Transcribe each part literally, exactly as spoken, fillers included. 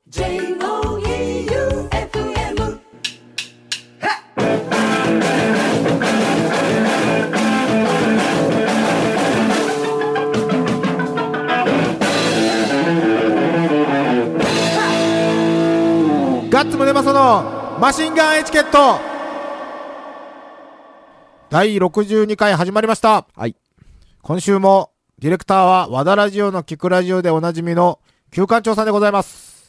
ジェイオーイーユーエフエムガッツムネマソのマシンガンエチケットだいろくじゅうにかい始まりました。 はい。 今週もディレクターは和田ラジオの聞くラジオでおなじみの旧館長さんでございます。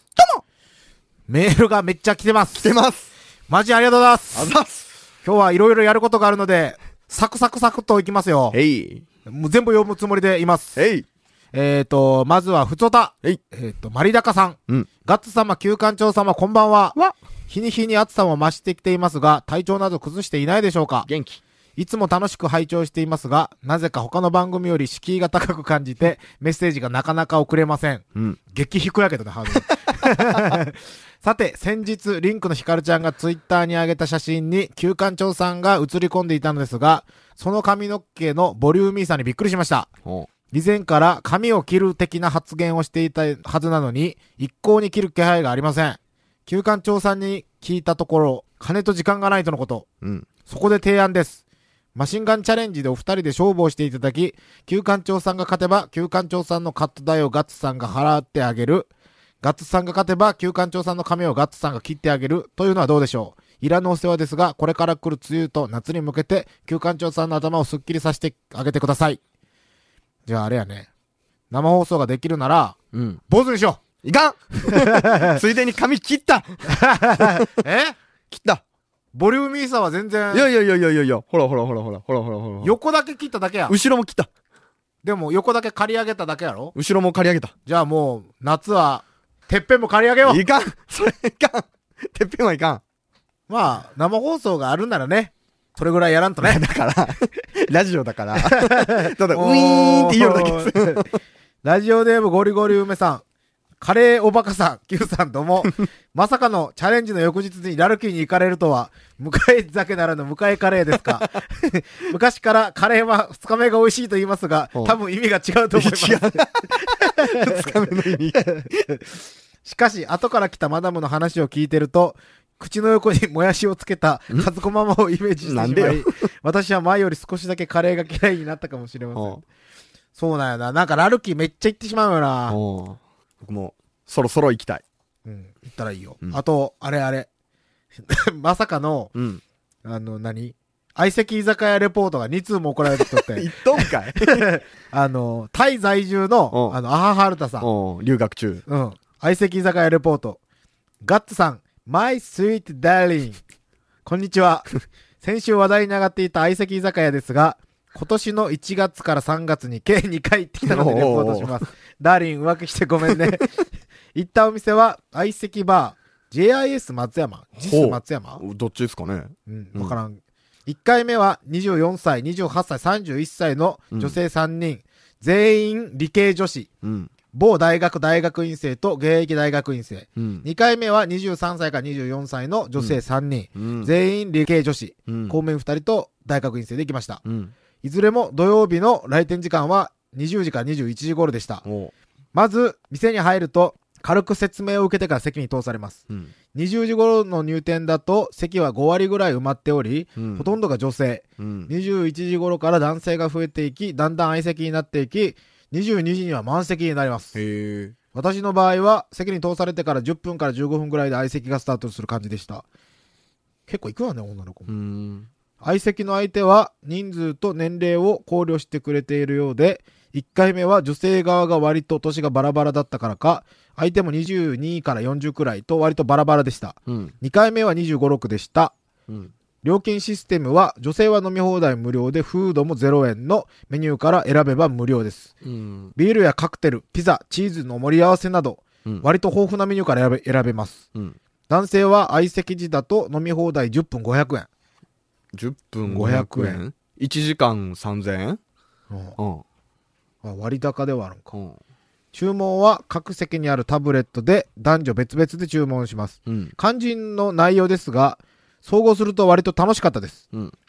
どうもメールがめっちゃ来てます。 来てます。 マジありがとうございます。 あざっす。 今日はいろいろやることがあるので、サクサクサクっといきますよ。 へい。 もう全部読むつもりでいます。 へい。 えーと、まずはふつおた。 へい。 えーと、マリダカさん。 うん。 ガッツ様、旧館長様、こんばんは。 わ。 日に日に暑さも増してきていますが、体調など崩していないでしょうか。 元気。 いつも楽しく拝聴していますが、なぜか他の番組より敷居が高く感じて、メッセージがなかなか送れません。 うん。 激低やけどね、ハードル。さて、先日、リンクのヒカルちゃんがツイッターに上げた写真に、旧館長さんが写り込んでいたのですが、その髪の毛のボリューミーさにびっくりしました。以前から髪を切る的な発言をしていたはずなのに、一向に切る気配がありません。旧館長さんに聞いたところ、金と時間がないとのこと。 うん。 そこで提案です。マシンガンチャレンジでお二人で勝負をしていただき、旧館長さんが勝てば、旧館長さんのカット代をガッツさんが払ってあげる。ガッツさんが勝てば、旧館長さんの髪をガッツさんが切ってあげる。というのはどうでしょう。いらぬお世話ですが、これから来る梅雨と夏に向けて、旧館長さんの頭をスッキリさせてあげてください。じゃああれやね。生放送ができるなら、 うん。 坊主にしよいかんついでに髪切ったう。え切ったボリューミーさは全然。 いやいやいやいやいやいや、ほらほらほらほらほらほらほら。 横だけ切っただけや。 後ろも切った。 でも横だけ刈り上げただけやろ。 後ろも刈り上げた。 じゃあもう、夏は、てっぺんも刈り上げよう。 いかんそれいかんてっぺんはいかん。 まあ、生放送があるならね、それぐらいやらんとね。 だから、ラジオだから。ただ、ウィーンって言うだけです。 ラジオネームゴリゴリ梅さん。カレーおバカさん、Q さんとも、まさかのチャレンジの翌日にラルキーに行かれるとは、迎え酒ならぬ迎えカレーですか。昔からカレーは二日目が美味しいと言いますが、多分意味が違うと思います。違う。 二日目の意味。 しかし、後から来たマダムの話を聞いてると、口の横にもやしをつけたカズコママをイメージしてしまい、私は前より少しだけカレーが嫌いになったかもしれません。そうなんやな。なんかラルキーめっちゃ行ってしまうよな。 僕も、そろそろ行きたい。 うん、行ったらいいよ。 うん、 あと、あれあれ。まさかの、うん、あの、何相席居酒屋レポートがに通も送られてきとって。 行っとんかいあの、タイ在住の、あの、アハハルタさん。留学中。 うん。相席居酒屋レポート。ガッツさん、My sweet darling。こんにちは。先週話題に上がっていた相席居酒屋ですが、今年のいちがつからさんがつに計にかい行ってきたのでレポートします。ダーリン浮気してごめんね。行ったお店は相席バー ジェイアイエス 松山 ジス 松山どっちですかね。 うん分からん、うん、いっかいめはにじゅうよんさいにじゅうはっさいさんじゅういっさいの女性さんにん、うん、全員理系女子、うん、某大学大学院生と現役大学院生、うん、にかいめはにじゅうさんさいからにじゅうよんさいの女性さんにん、うん、全員理系女子、うん、公務員ふたりと大学院生で行きました、うん、いずれも土曜日の来店時間はにじゅうじからにじゅういちじ頃でした。まず店に入ると軽く説明を受けてから席に通されます、うん、にじゅうじ頃の入店だと席はごわりぐらい埋まっており、うん、ほとんどが女性、うん、にじゅういちじ頃から男性が増えていき、だんだん相席になっていき、にじゅうにじには満席になります。 へー。 私の場合は席に通されてからじゅっぷんからじゅうごふんぐらいで相席がスタートする感じでした。結構行くわね、女の子も。うん、相席の相手は人数と年齢を考慮してくれているようで、いっかいめは女性側が割と年がバラバラだったからか、相手もにじゅうにからよんじゅうくらいと割とバラバラでした、うん、にかいめはにじゅうご、ろくでした、うん、料金システムは女性は飲み放題無料でフードもゼロえんのメニューから選べば無料です、うん、ビールやカクテル、ピザ、チーズの盛り合わせなど、うん、割と豊富なメニューから選べ、選べます、うん、男性は相席時だと飲み放題じゅっぷんごひゃくえん。 じゅっぷんごひゃくえん ?いち 時間さんぜんえん、うんうんあ、割高ではあるんか、うん、注文は各席にあるタブレットで男女別々で注文します、うん、肝心の内容ですが総合すると割と楽しかったです、うん、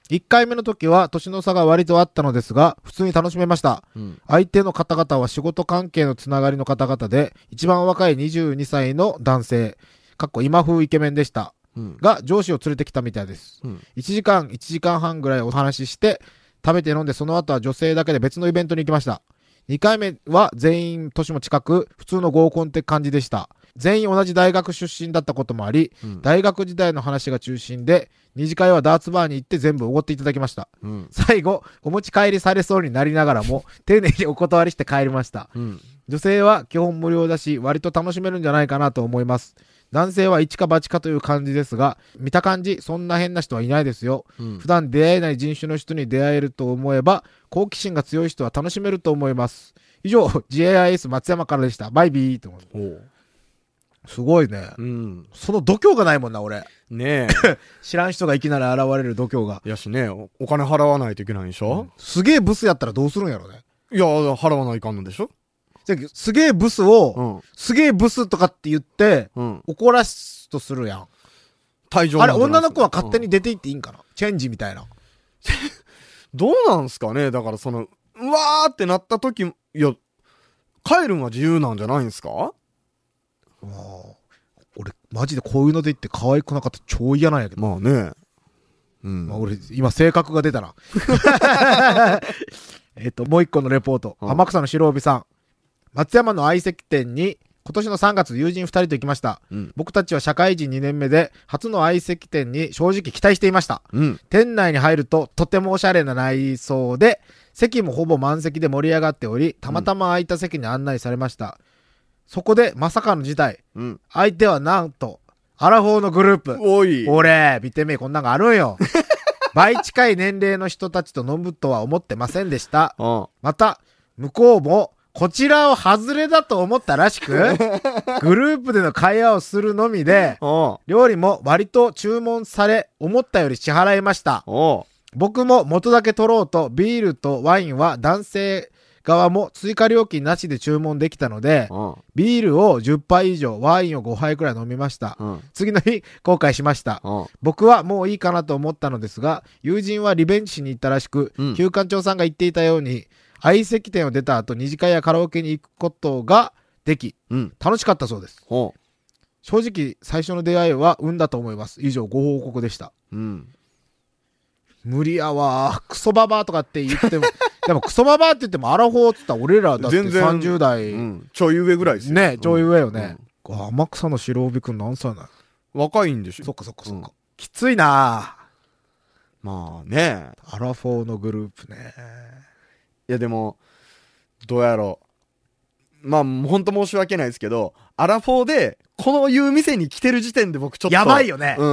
いっかいめの時は年の差が割とあったのですが、普通に楽しめました。 うん。 相手の方々は仕事関係のつながりの方々で、一番若いにじゅうにさいの男性、かっこ今風イケメンでした。 うん。 が、上司を連れてきたみたいです。 うん。 いちじかん、いちじかんはんぐらいお話しして、食べて飲んでその後は女性だけで別のイベントに行きました。にかいめは全員年も近く、普通の合コンって感じでした。全員同じ大学出身だったこともあり、 うん、 大学時代の話が中心で、二次会はダーツバーに行って全部おごっていただきました。 うん、 最後、お持ち帰りされそうになりながらも、丁寧にお断りして帰りました。 うん、 女性は基本無料だし、割と楽しめるんじゃないかなと思います。男性は一か八かという感じですが、見た感じ、そんな変な人はいないですよ。うん、普段出会えない人種の人に出会えると思えば、好奇心が強い人は楽しめると思います。以上、ジェイアイエス 松山からでした。バイビーと思う。すごいね。 うん。 その度胸がないもんな、俺。 ねえ。 知らん人がいきなり現れる度胸が。 いやしね、お、お金払わないといけないんでしょ、うん、 すげえブスやったらどうするんやろね。 いや、払わないかんのでしょじゃすげえブスを、うん、すげえブスとかって言って、うん、怒らすとするやん。 退場あれ、女の子は勝手に出ていっていいんかな、うん、チェンジみたいな。 どうなんすかね。だからその、うわーってなった時、いや、帰るんは自由なんじゃないんすか。 あ俺、マジでこういうので言って可愛くなかったら超嫌なんやけど。 まあね。うん。 まあ、俺、今性格が出たな。えっと、もう一個のレポート。天草の白帯さん。松山の相席店に、今年のさんがつ友人ふたりと行きました、うん。僕たちは社会人にねんめで、初の相席店に正直期待していました。うん、店内に入ると、とてもおしゃれな内装で、席もほぼ満席で盛り上がっており、たまたま空いた席に案内されました。うん、そこで、まさかの事態。うん、相手はなんと、アラフォーのグループ。 おい。 俺、見てみ、こんなんがあるんよ。倍近い年齢の人たちと飲むとは思ってませんでした。また、向こうも、こちらを外れだと思ったらしく、グループでの会話をするのみで、料理も割と注文され、思ったより支払いました。僕も元だけ取ろうと、ビールとワインは男性側も追加料金なしで注文できたので、ビールをじゅっぱい以上、ワインをごはいくらい飲みました。次の日、後悔しました。僕はもういいかなと思ったのですが、友人はリベンジしに行ったらしく、旧館長さんが言っていたように、相席店を出た後、二次会やカラオケに行くことができ、うん、楽しかったそうです。正直、最初の出会いは運だと思います。以上、ご報告でした。うん、無理やわ。クソババアとかって言っても、でもクソババアって言ってもアラフォーって言ったら俺らだってさんじゅう代。うん、 ちょい上ぐらいですよね。ちょい上よね。うん、天草の白帯くん何歳なの？ 若いんでしょ。 そっかそっかそっか。うん、きついなぁ。 まあね。 アラフォーのグループね。 いやでも、どうやろう。まあ、ほんと申し訳ないですけど、アラフォーで、このいう店に来てる時点で僕ちょっと。 やばいよね。 うん。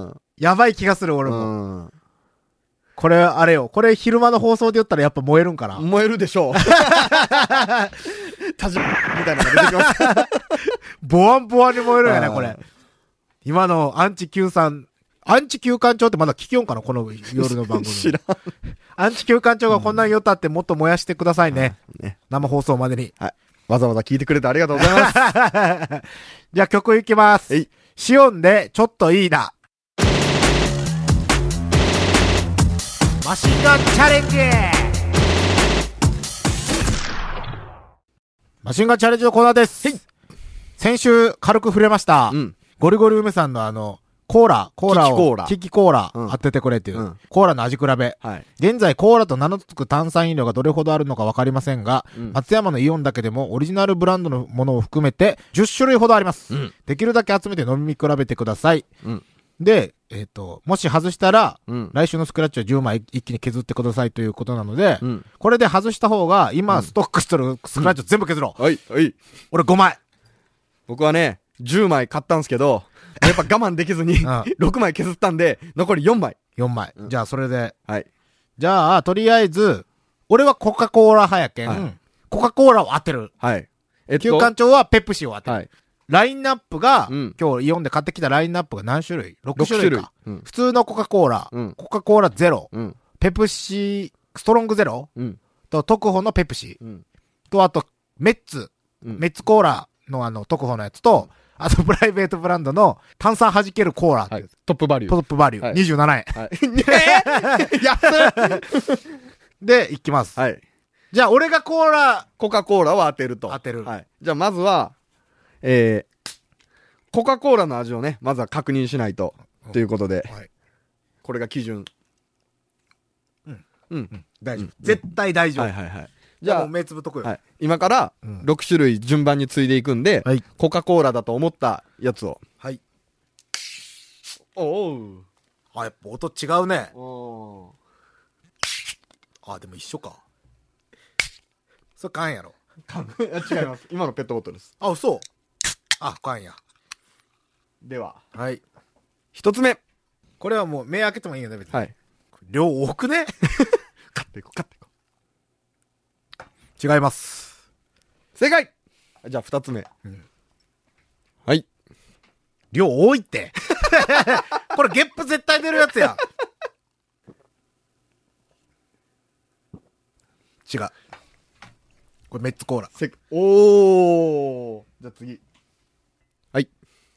やばい気がする、俺も。うん。これ、あれよ。これ昼間の放送で言ったらやっぱ燃えるんかな？ 燃えるでしょう。たじみたいなのが出てきました。 ボワンボワンに燃えるよね、これ。今のアンチQさん、アンチ休館長ってまだ聞きよんかなこの夜の番組。 知らん。 アンチ休館長がこんなん言ったってもっと燃やしてくださいね。うん、ね生放送までに。 はい。わざわざ聞いてくれてありがとうございます。 じゃあ曲いきます。えシオンでちょっといいな。マシンガンチャレンジマシンガンチャレンジのコーナーです。先週軽く触れました。うん、ゴリゴリ梅さんのあの、コーラ、コーラを、キキコーラ、当ててくれっていう、うん、コーラの味比べ、はい。現在コーラと名の付く炭酸飲料がどれほどあるのかわかりませんが、うん、松山のイオンだけでもオリジナルブランドのものを含めてじゅっしゅるいほどあります。うん、できるだけ集めて飲み比べてください。うん、で、えっ、ー、と、もし外したら、うん、来週のスクラッチはじゅうまい一気に削ってくださいということなので、うん、これで外した方が今ストックしてるスクラッチを全部削ろう。 はい、はい。 俺ごまい。 僕はね、じゅうまい買ったんすけど、やっぱ我慢できずに、ろくまい削ったんで、残りよんまい。 よんまい。うん、じゃあ、それで。 はい。 じゃあ、とりあえず、俺はコカ・コーラ派やけん。はい、コカ・コーラを当てる。 はい。 えっと。旧館長はペプシを当てる。はい。ラインナップが、うん、今日イオンで買ってきたラインナップが何種類 ?ろく 種類か。うん、普通のコカ・コーラ、うん、コカ・コーラゼロ、うん、ペプシ、ストロングゼロ、うん、と、特保のペプシ、うん、と、あと、メッツ、うん、メッツコーラのあの、特保のやつと、 あとプライベートブランドの炭酸弾けるコーラってはいいう、 トップバリュー。 トップバリュー、 はいにじゅうななえん。 はい。えー、安っで、いきます。 はい。 じゃあ、俺がコーラ、 コカ・コーラを当てると。 当てるはい。じゃあ、まずは、えー、コカ・コーラの味をね、まずは確認しないと。ということで、 はい、 これが基準。 うん。 うん。 うん、大丈夫、 うん絶対大丈夫。 はいはいはい。 じゃあ、もうじ目つぶっとくよ。 ゃあ、はい。今からうんろく種類順番に継いでいくんで、 はい。 コカ・コーラだと思ったやつを。 はい。 おう。 あ、やっぱ音違うね。 おあ、でも一緒か。それ缶やろ。 違います。今のペットボトルです。 あ、嘘。あ、缶や。 では、 はい。 一つ目。 これはもう目開けてもいいよね、別に。 はい。 量多くね買っていこう、買っていこ違います。 う。正解。じゃあ二つ目。 うんはい。 量多いって。これゲップ絶対出るやつや。違う。これメッツコーラ。 せおー。じゃあ次。はい。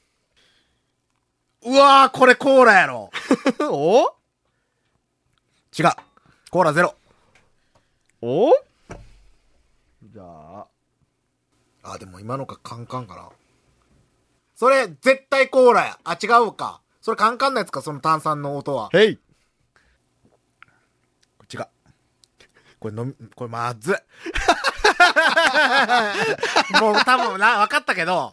うわー、これコーラやろ。 お違う。コーラゼロ。 おじゃあ。 あ、でも今のかカンカンかな。それ、絶対コーラや。あ、違うか。それカンカンのやつか、その炭酸の音は。 へい。 違う。これ飲み、これまずい。もう多分な、分かったけど。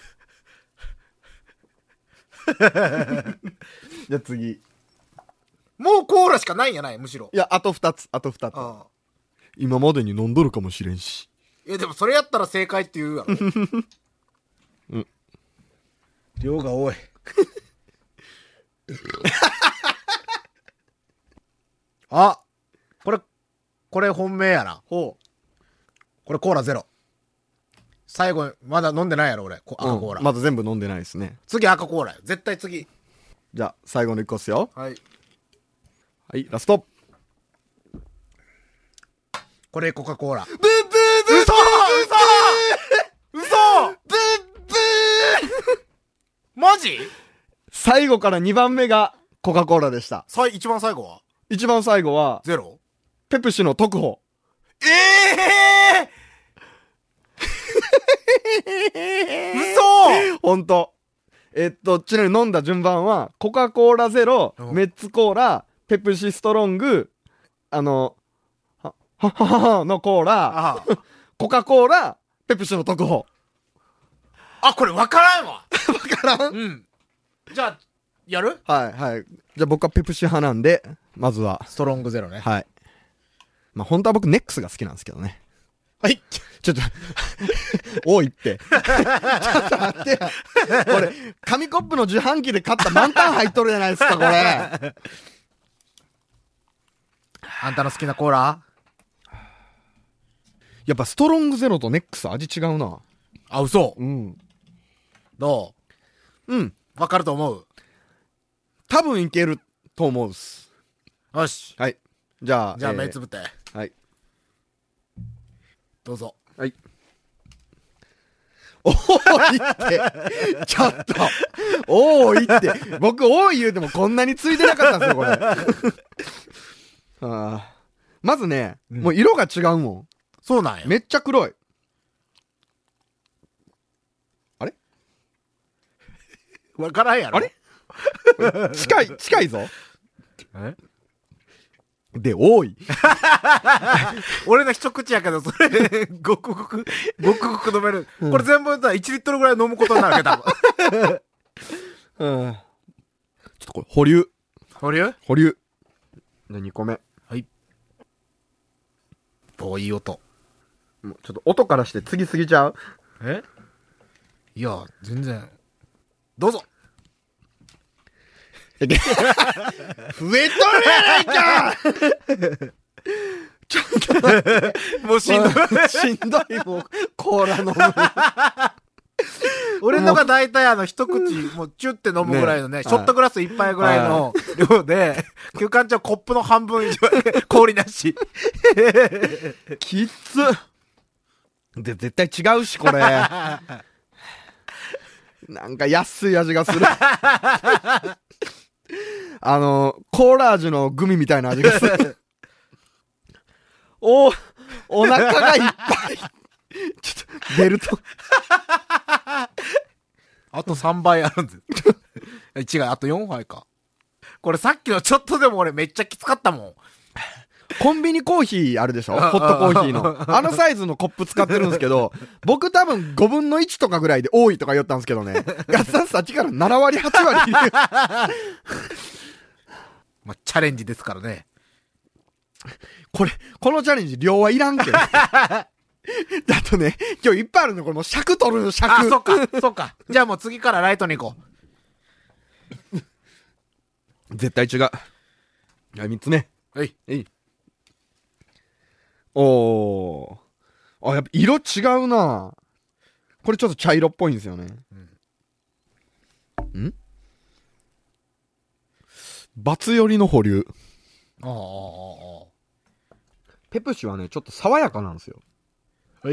じゃあ次。 もうコーラしかないんやない、むしろ。 いや、あと二つ、あと二つ。 ああ。 今までに飲んどるかもしれんし。 いや、でもそれやったら正解って言うやろ。 うん。 量が多い。あ、これ、これ本命やな。 ほこれコーラゼロ。最後、まだ飲んでないやろ、俺。こう。 赤コーラ。 うんまだ全部飲んでないですね。 次赤コーラよ。絶対次。 じゃあ、最後の一個っすよ。 はい。 はい、ラスト。 これコカ・コーラ。 ブーブーブー嘘嘘嘘ブーブーマジ最後からにばんめがコカ・コーラでした。 さい、一番最後は一番最後は、 ゼロペプシの特保。 ええー、嘘ほんと。えっと、ちなみに飲んだ順番は、コカ・コーラゼロ、 うんメッツコーラ、ペプシストロング、あの、は、ははははのコーラ、 あコカ・コーラ、ペプシの特保。 あ、これ分からんわ。 わからんうん。じゃあ、やるはい、はい。じゃあ僕はペプシ派なんで、まずは、 ストロングゼロね。 はい。まあ本当は僕ネックスが好きなんですけどね。 はい。 ちょっと、多いって。ちょっと待ってや。これ、紙コップの自販機で買った満タン入っとるじゃないですか、これ。 あんたの好きなコーラやっぱストロングゼロとネックス味違うな。 あ、嘘。 うん。 どうん。 う分かると思う多分いけると思うっす。 よし。 はい。じゃあ、 じゃあ、 えー目つぶって。 はい。 どうぞ。 はい。多いって。ちょっと。多いって。僕多い言うてもこんなについてなかったんですよ、これ。あーまずね、 うんもう色が違うもん。 そうなんや。 めっちゃ黒い。 分からんやろ。 あれ近い、近いぞ。 えで、多い。 俺の一口やけど、それ、ごくごく、ごくごく飲める。 うんこれ全部さ、いちリットルぐらい飲むことになるけど、多分。 うん。ちょっとこれ、保留。 保留保留。で、にこめ。 お、いい音。 もうちょっと音からして次すぎちゃうえいや、全然。どうぞ。 増えとるやないかちょっと待って。 もうしんどい。 しんどい、もう、コーラ飲む。 俺のが大体あの、一口、もうチュって飲むぐらいのね、 ねショットグラス一杯ぐらいの量で、休館長コップの半分以上、氷なし。 きっつ。で、絶対違うし、これ。 なんか安い味がする。あの、コーラ味のグミみたいな味がする。お、お腹がいっぱい。ちょっと、ベルト。 あとさんばいあるんです。違う、あとよんはいか。これさっきのちょっとでも俺めっちゃきつかったもん。 コンビニコーヒーあるでしょホットコーヒーの。あのサイズのコップ使ってるんですけど、僕多分ごぶんのいちとかぐらいで多いとか言ったんですけどね。ガッツさんさっきからななわりはちわり。 まあ、チャレンジですからね。 これ、このチャレンジ量はいらんけど。だとね、今日いっぱいあるのこれもう尺取るの尺。 あ、そっか、そっか。じゃあもう次からライトに行こう。 絶対違う。はい、みっつめ。 はい。 えい。おー。あ、やっぱ色違うな。これちょっと茶色っぽいんですよね。うん。んバツ寄りの保留。 ああ、ああ、 ペプシはね、ちょっと爽やかなんですよ。 はい。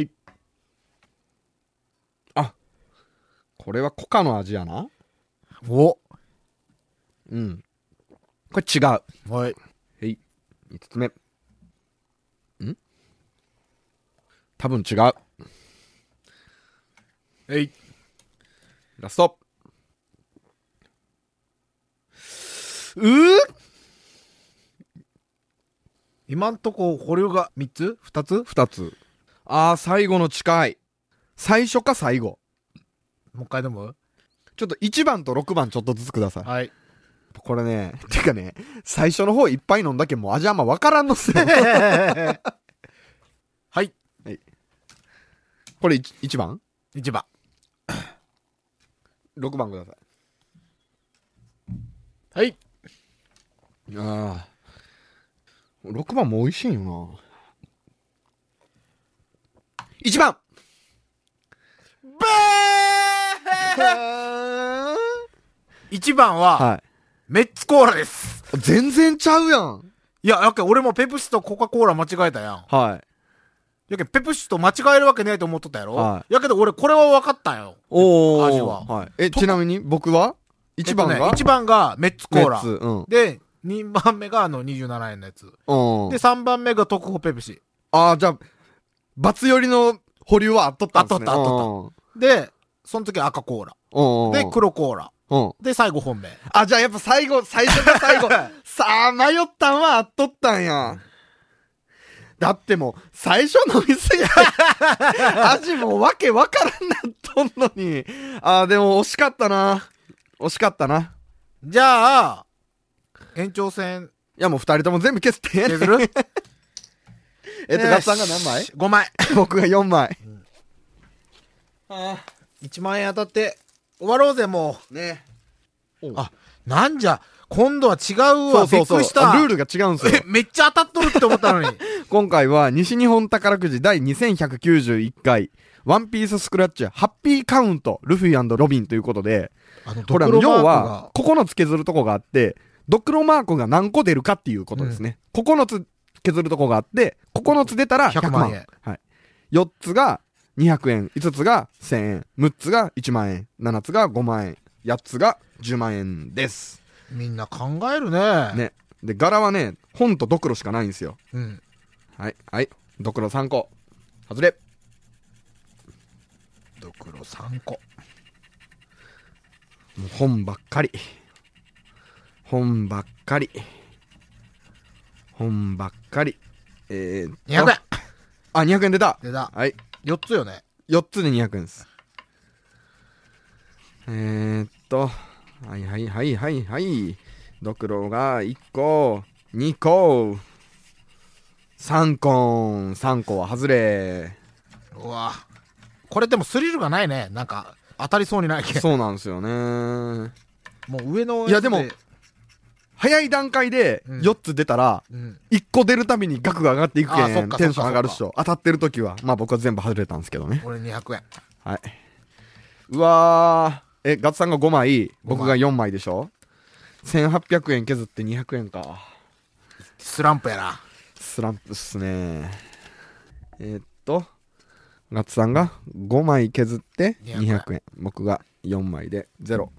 あ、これはコカの味やな。 お。 うん。これ違う。 はい。 はい。みっつめ。ん多分違う。 はい。 ラスト。うー今んとこ保留がみっつ ?ふた つ二つ。あー、最後の近い。最初か最後。 もう一回でもちょっといちばんとろくばんちょっとずつください。 はい。 これね、てかね、最初の方いっぱい飲んだけんもう味あんまわからんのっすよ。 はい。 これ いちばんいちばん。 ろくばんください。 はい。 ああ。ろくばんも美味しいよな。いちばんいちばんは、 はメッツコーラです。 い。全然ちゃうやん。 いや、やけ俺もペプシとコカ・コーラ間違えたやん。 はい。 やけペプシと間違えるわけないと思っとったやろ、 はいやけど俺これは分かったよ。 おー。 味は。 はい。え、ちなみに僕はいちばんが、 えっとね、いちばんがメッツコーラ。 メッツうん。 で、にばんめがあのにじゅうななえんのやつ。 うん。 で、さんばんめが特保ペプシ。 ああ、じゃあ、バツ寄りの保留はあっとったんですね。 あっとったあっとで、その時赤コーラ。 うん。 で、黒コーラ。 うん。 で、最後本命。 あ、じゃあやっぱ最後、最初が最後。さあ、迷ったんはあっとったんや。だってもう、最初飲みすぎて、味もわけわからんなっとんのに。あー、でも惜しかったな。惜しかったな。 じゃあ、延長戦いやもう二人とも全部消すってやね削るえっと、ガッツさんが何枚 ?ご 枚。 僕がよんまい。 いちまん円当たって終わろうぜ、もね。 う。あ、なんじゃ、今度は違うわ。 そうそうそう。 びっくりした。 ルールが違うんですよえ、。めっちゃ当たっとるって思ったのに。 今回は西日本宝くじ第にせんひゃくきゅうじゅういっかい、ワンピーススクラッチハッピーカウント、ルフィ&ロビンということで、 あのこれあの要は、ここのつ削るとこがあって、ドクロマークが何個出るかっていうことですね。うん、ここのつ削るとこがあって、ここのつ出たらひゃくまん。ひゃくまんえん。はい。よっつがにひゃくえん、いつつがせんえん、むっつがいちまんえん、ななつがごまんえん、やっつがじゅうまんえんです。 みんな考えるね。 ね。で、柄はね、本とドクロしかないんですよ。 うん。 はい、はい。ドクロさんこ。外れ。 ドクロさんこ。 もう本ばっかり。本ばっかり。本ばっかり。えー、 にひゃくえん。 あ、にひゃくえん出た。 出た。 はい。 よっつよね。 よっつでにひゃくえんです。えーっと、はいはいはいはいはい。ドクロがいっこ、にこ、さんこ、さんこは外れ。 うわ。これでもスリルがないね。なんか、当たりそうにないけど。 そうなんですよね。 もう上のいやでも、早い段階でよっつ出たら、 うん、 いっこ出るたびに額が上がっていくけん、 あそっかテンション上がるっしょ。当たってる時は、まあ僕は全部外れたんですけどね。 俺にひゃくえん。 はい。うわー。え、ガッツさんがごまい、僕がよんまいでしょ ?せんはっぴゃくえん削ってにひゃくえんか。 スランプやな。 スランプっすね。えー、っと、ガッツさんがごまい削ってにひゃくえん。僕がよんまいでゼロ。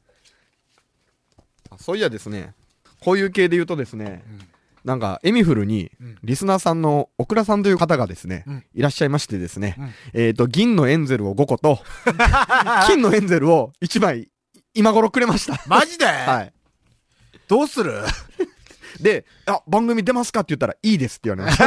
あ、そういやですね、こういう系で言うとですね、うん、なんかエミフルにリスナーさんのオクラさんという方がですね、うん、いらっしゃいましてですね、うん、えっと銀のエンゼルをごこと金のエンゼルをいちまい今頃くれました。 マジで？ はい。 どうする？ で、あ、番組出ますかって言ったらいいですって言われました。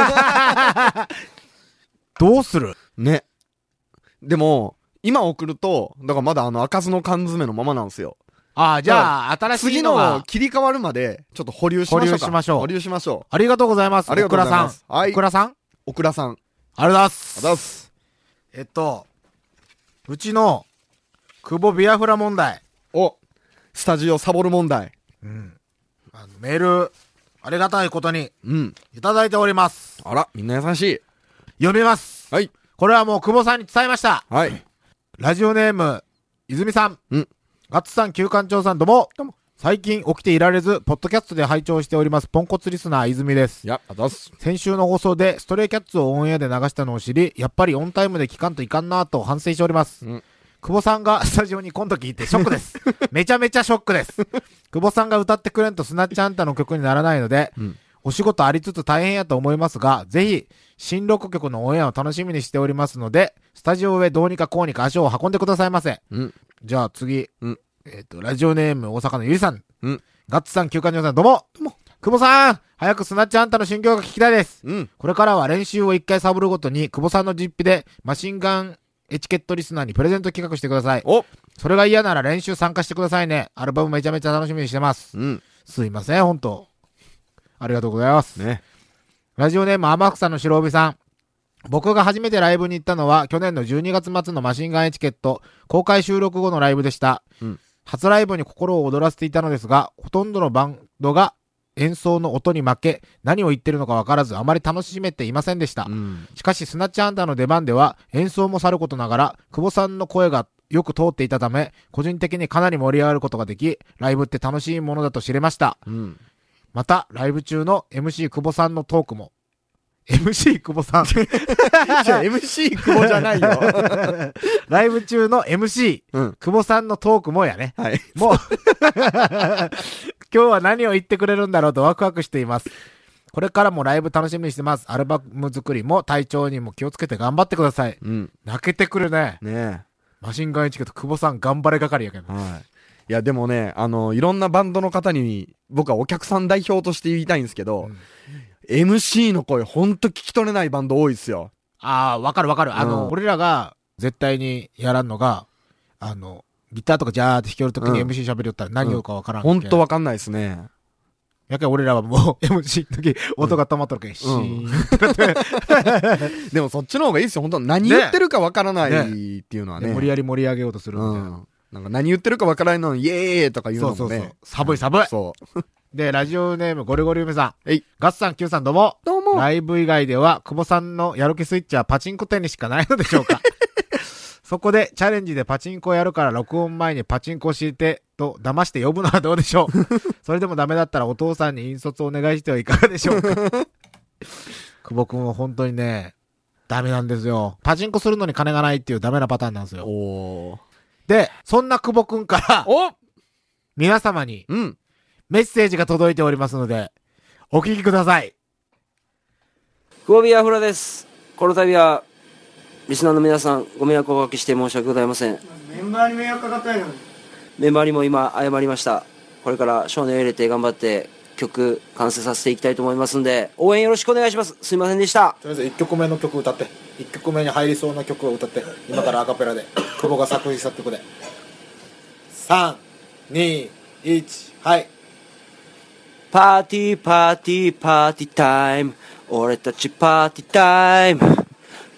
どうする？ ね。でも今送るとだからまだあの開かずの缶詰のままなんですよ。 ああ、じゃあ新しいのが次の切り替わるまでちょっと保留しましょうか。 保留しましょう。 保留しましょう。 ありがとうございます。 ありがとうございます。 はい。オクラさん？ オクラさん。 ありがとうございます。 ありがとうございます。 えっと、うちの久保ビアフラ問題。 お、スタジオサボる問題。 うん。あのメール、ありがたいことに、 うん。 いただいております。 あら、みんな優しい。 読みます。 はい。 これはもう久保さんに伝えました。 はい。 ラジオネーム、泉さん。 うん。 ガッツさん、旧館長さん、どうも。どうも。最近起きていられず、ポッドキャストで拝聴しております、ポンコツリスナー、泉です。 いや、あざっす。 先週の放送で、ストレイキャッツをオンエアで流したのを知り、やっぱりオンタイムで聞かんといかんなぁと反省しております。うん。久保さんがスタジオに今度聞いてショックです。めちゃめちゃショックです。久保さんが歌ってくれんとスナッチあんたの曲にならないので、うん、お仕事ありつつ大変やと思いますが、ぜひ、新録曲のオンエアを楽しみにしておりますので、スタジオへどうにかこうにか足を運んでくださいませ。うん、じゃあ次、うん、えっと、ラジオネーム大阪のゆりさん。うん、ガッツさん、旧館長さん、どうも。どうも。久保さん、早くスナッチあんたの新曲が聞きたいです。うん。これからは練習を一回サボるごとに、久保さんの実費でマシンガンエチケットリスナーにプレゼント企画してください。お、それが嫌なら練習参加してくださいね。アルバムめちゃめちゃ楽しみにしてます。うん。すいません、ほんと。ありがとうございます。ね。ラジオネーム天草の白帯さん。僕が初めてライブに行ったのは去年のじゅうにがつ末のマシンガンエチケット公開収録後のライブでした。うん。初ライブに心を躍らせていたのですが、ほとんどのバンドが演奏の音に負け、何を言ってるのか分からず、あまり楽しめていませんでした。うん、しかし、スナッチアンダーの出番では、演奏もさることながら、久保さんの声がよく通っていたため、個人的にかなり盛り上がることができ、ライブって楽しいものだと知れました。うん、また、ライブ中の エムシー 久保さんのトークも、エムシー 久保さん。 じゃあ エムシー 久保じゃないよ。 ライブ中の エムシー、うん、久保さんのトークもやね。はい。もう、今日は何を言ってくれるんだろうとワクワクしています。これからもライブ楽しみにしてます。アルバム作りも体調にも気をつけて頑張ってください。うん。泣けてくるね。ねえ。マシンガンエチケット久保さん頑張れ係やけど。はい。 いやでもね、あの、いろんなバンドの方に僕はお客さん代表として言いたいんですけど、うん、エムシー の声ほんと聞き取れないバンド多いっすよ。 ああ、わかるわかる。あの、うん、俺らが絶対にやらんのが、あの、ギターとかジャーって弾けるときに エムシー 喋りよったら何言うかわからんけ、 うん。ほんとわかんないっすね。 やけん俺らはもう エムシー の時音が止まっとるけん、シーン、 うん、でもそっちの方がいいっすよ。ほんと何言ってるかわからないっていうのはね。 ねね、無理やり盛り上げようとするみたいな。うん、 なんか何言ってるかわからないのにイエーイとか言うのもね。そうそうそう。 寒い寒い。そう。で、ラジオネームゴリゴリ梅さん。えい。ガッツさん、キューさんどうも。どうも。ライブ以外では、久保さんのやる気スイッチはパチンコ店にしかないのでしょうか。そこでチャレンジでパチンコをやるから録音前にパチンコ教えてと騙して呼ぶのはどうでしょう。それでもダメだったらお父さんに引率お願いしてはいかがでしょうか。久保くんは本当にね、ダメなんですよ。パチンコするのに金がないっていうダメなパターンなんですよ。おで、そんな久保くんからお皆様に、うん、メッセージが届いておりますので、お聞きください。 久保ビアフラです。この度は、リスナーの皆さん、ご迷惑をおかけして申し訳ございません。 メンバーに迷惑かかったよ。 メンバーにも今、謝りました。これから少年を入れて頑張って曲完成させていきたいと思いますんで、応援よろしくお願いします。すいませんでした。 とりあえずいっきょくめの曲歌って。いっきょくめに入りそうな曲を歌って。今からアカペラで。久保が作詞作曲で。さん、に、いち、はい。 パーティーパーティーパーティータイム。俺たちパーティータイム。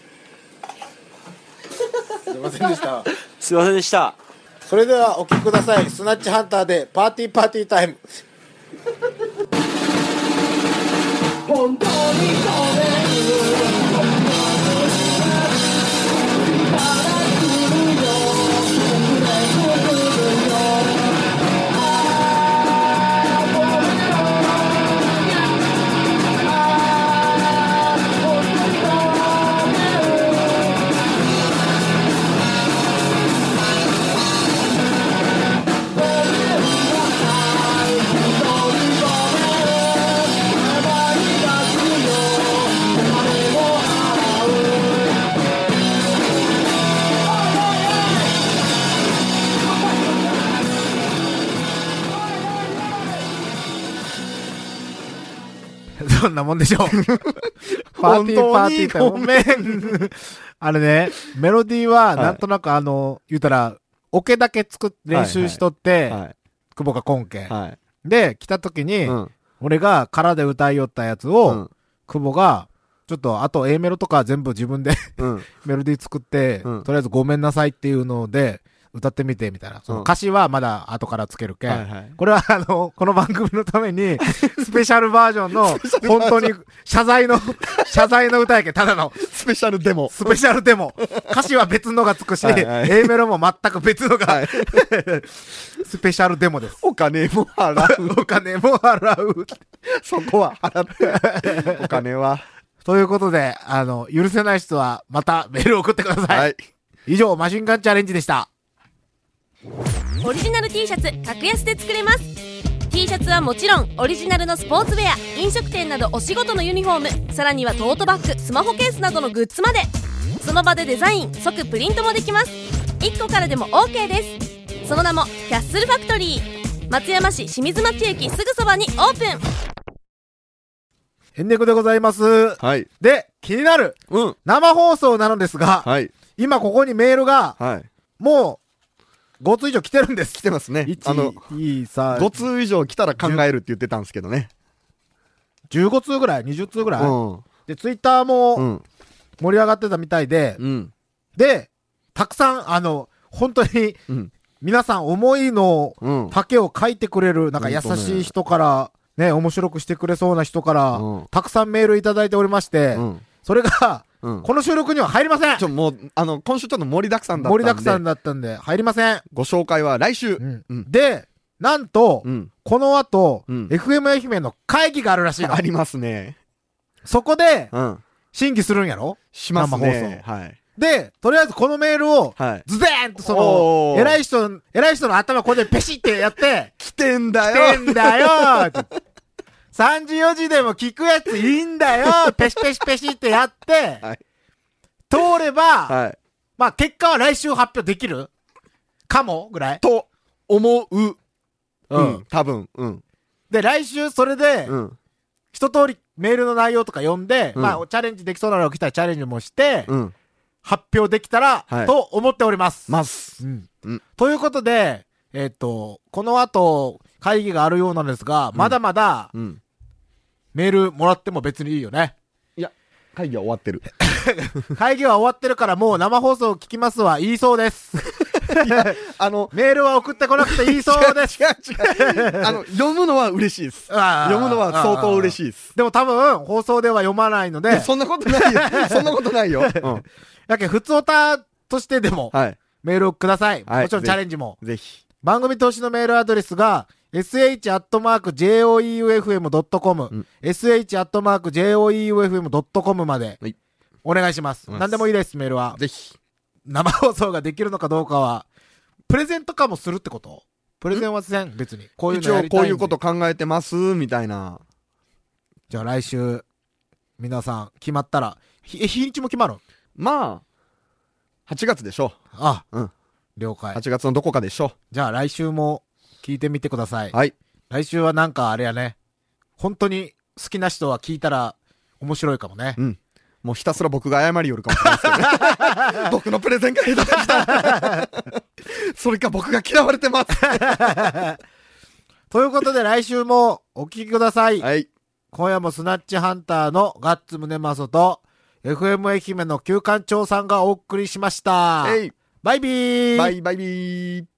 すいませんでした。 すいませんでした。 それではお聴きください。スナッチハンターでパーティーパーティータイム。本当にそんなもんでしょう。パーティーパーティーってごめん。あれね、メロディーはなんとなくあの、言うたら、オケだけ作っ、練習しとって、 はい。 久保が今件。 はい。 で、来た時に、 うん。 俺が空で歌いよったやつを、 うん。 久保が、ちょっと、あと A メロとか全部自分でうん。 メロディー作って、 うんとりあえずごめんなさいっていうので、歌ってみて、みたいな。その歌詞はまだ後からつけるけん。 はいはいこれはあの、この番組のために、スペシャルバージョンの、本当に謝罪の、謝罪の歌やけん、ただの、 スペシャルデモ。 スペシャルデモ。歌詞は別のがつくし、 はいはい A メロも全く別のが、 はいスペシャルデモです。 お金も払う。 お金も払う。 そこは払って。お金は。 ということで、あの、許せない人はまたメールを送ってください。 はい。 以上、マシンガンチャレンジでした。 オリジナル T シャツ格安で作れます。 T シャツはもちろんオリジナルのスポーツウェア、飲食店などお仕事のユニフォーム、さらにはトートバッグ、スマホケースなどのグッズまで、その場でデザイン即プリントもできます。いっこからでも OK です。その名もキャッスルファクトリー。松山市清水町駅すぐそばにオープン。 エンディングでございます。 はい。 で、気になる、 うん。 生放送なのですが、 はい。 今ここにメールが、 はい。 もう、ご通以上来てるんです。 来てますね。 いち、 あの、 に、さん、 ご通以上来たら考えるって言ってたんですけどね。 じゅうご通ぐらい ?にじゅう通ぐらい、 うん。 で、ツイッターもうん。 盛り上がってたみたいで、 うん。 で、たくさん、あの、本当に、 うん。 皆さん思いのうん。 丈を書いてくれる、なんか優しい人から、ね、面白くしてくれそうな人から、 うんたくさんメールいただいておりまして、 うん。 それが、 うん。 この収録には入りません。 ちょ、もう、あの、今週ちょっと盛りだくさんだったんで。 盛りだくさんだったんで、入りません。 ご紹介は来週。 うんうん。 で、なんと、 うん。 この後、 うんエフエム 愛媛の会議があるらしいのあ。りますね。 そこで、 うん。 審議するんやろします生ね。 放はい。 で、とりあえずこのメールを、 はい。 ズデーンとその、 おー偉い人、偉い人の頭これでペシってやって、 来てんだ来よ。 てんだよーってさんじよじでも聞くやついいんだよーペシペシペシってやって、 はい。 通れば、 はい。 まあ結果は来週発表できるかもぐらい。 と、思う。 ううんん。多分。うん。 で、来週それで、 うん。 一通りメールの内容とか読んで、 うんまあチャレンジできそうなのが来たらチャレンジもして、 うん。 発表できたら、 はいと思っております。 ます。 うんうんということで、えっ、と、この後、会議があるようなんですが、まだまだうん。 メールもらっても別にいいよね。 会議は終わってる。 会議は終わってるからもう生放送聞きますは言いそうです。 あの、 メールは送ってこなくていいそうです。 違う違う。あの、読むのは嬉しいです。 あー読むのは相当嬉しいです。 でも多分、放送では読まないので、 そんなことないよ。そんなことないよ。うん。 だけど、普通オタとしてでも、 はい。 メールをください。 はいもちろんチャレンジも。 ぜひ。 番組投資のメールアドレスが、エスエイチ アットマーク ジェイオーイーユーエフエム ドットコム、 うんエスエイチ アットマーク ジェイオーイーユーエフエム ドットコム まではい、 お願いします。 お願いします何でもいいです、メールは。 ぜひ。 生放送ができるのかどうかは、プレゼントかもするってことプレゼンはせん、別に。こういう一のやりたいんで応こういうこと考えてます、みたいな。 じゃあ来週、皆さん決まったら、ひ、え日にちも決まるまあ、はちがつでしょあ、 うん了う。は解。 ちがつのどこかでしょじゃあ来週も聞いてみてください。 はい。 来週はなんかあれやね、本当に好きな人は聞いたら面白いかもね。 うん。もうひたすら僕が謝りよるかもしれないですけどね。僕のプレゼンが下手でした。それか僕が嫌われてます。 ということで来週もお聞きください。 はい。 今夜もスナッチハンターのガッツムネマソと エフエム 愛媛の旧館長さんがお送りしました。 えい。 バイビーバイバイビー。